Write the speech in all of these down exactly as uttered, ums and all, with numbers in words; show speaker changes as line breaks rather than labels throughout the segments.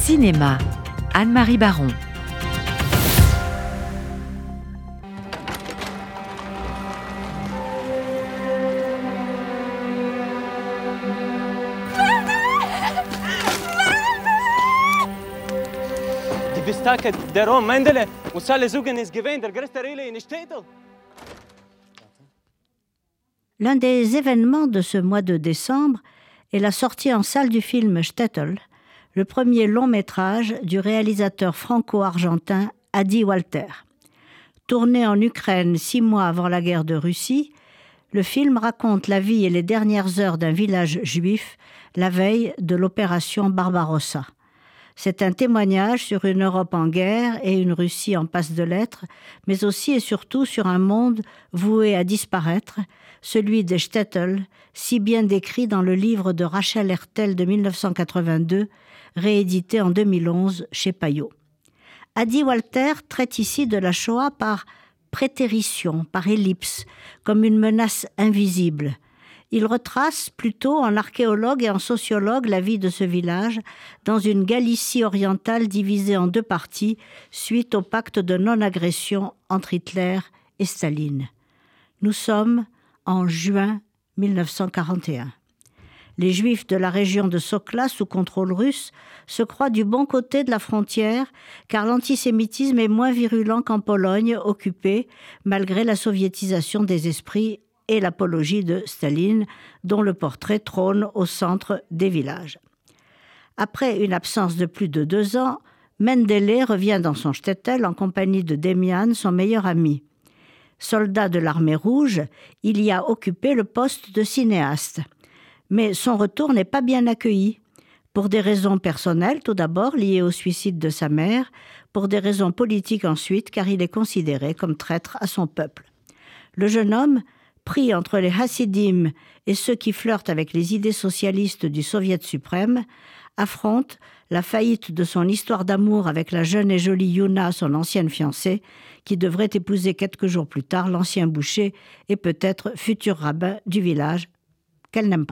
Cinéma, Anne-Marie Baron.
Die Bistake der Rom Mendele und alle Sugen ist gewähnt, der größte Rille in Städtel.
L'un des événements de ce mois de décembre est la sortie en salle du film Shtetl, le premier long-métrage du réalisateur franco-argentin Adi Walter. Tourné en Ukraine six mois avant la guerre de Russie, le film raconte la vie et les dernières heures d'un village juif la veille de l'opération Barbarossa. C'est un témoignage sur une Europe en guerre et une Russie en passe de l'être, mais aussi et surtout sur un monde voué à disparaître, celui des Shtetl, si bien décrit dans le livre de Rachel Hertel de dix-neuf cent quatre-vingt-deux, réédité en deux mille onze chez Payot. Adi Walter traite ici de la Shoah par prétérition, par ellipse, comme une menace invisible. Il retrace plutôt en archéologue et en sociologue la vie de ce village dans une Galicie orientale divisée en deux parties suite au pacte de non-agression entre Hitler et Staline. Nous sommes en juin dix-neuf cent quarante et un. Les Juifs de la région de Sokla, sous contrôle russe, se croient du bon côté de la frontière car l'antisémitisme est moins virulent qu'en Pologne occupée malgré la soviétisation des esprits et l'apologie de Staline, dont le portrait trône au centre des villages. Après une absence de plus de deux ans, Mendele revient dans son shtetl en compagnie de Demian, son meilleur ami. Soldat de l'armée rouge, il y a occupé le poste de cinéaste. Mais son retour n'est pas bien accueilli. Pour des raisons personnelles, tout d'abord, liées au suicide de sa mère, pour des raisons politiques ensuite, car il est considéré comme traître à son peuple. Le jeune homme, pris entre les Hassidim et ceux qui flirtent avec les idées socialistes du Soviet suprême, affronte la faillite de son histoire d'amour avec la jeune et jolie Yuna, son ancienne fiancée, qui devrait épouser quelques jours plus tard l'ancien boucher et peut-être futur rabbin du village, qu'elle n'aime pas.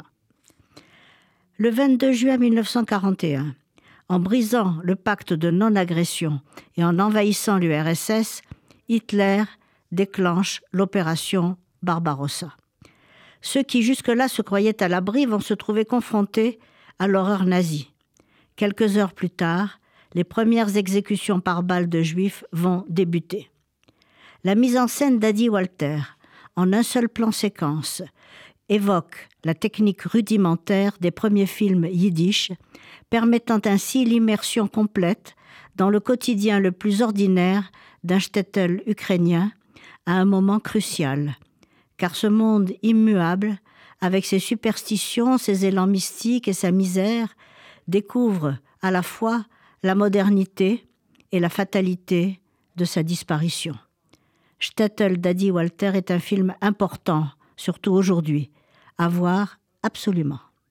Le vingt-deux juin dix-neuf cent quarante et un, en brisant le pacte de non-agression et en envahissant l'U R S S, Hitler déclenche l'opération Barbarossa. Ceux qui jusque-là se croyaient à l'abri vont se trouver confrontés à l'horreur nazie. Quelques heures plus tard, les premières exécutions par balles de Juifs vont débuter. La mise en scène d'Adi Walter, en un seul plan séquence, évoque la technique rudimentaire des premiers films yiddish, permettant ainsi l'immersion complète dans le quotidien le plus ordinaire d'un shtetl ukrainien à un moment crucial. Car ce monde immuable, avec ses superstitions, ses élans mystiques et sa misère, découvre à la fois la modernité et la fatalité de sa disparition. Shtetl d'Adi Walter est un film important, surtout aujourd'hui, à voir absolument.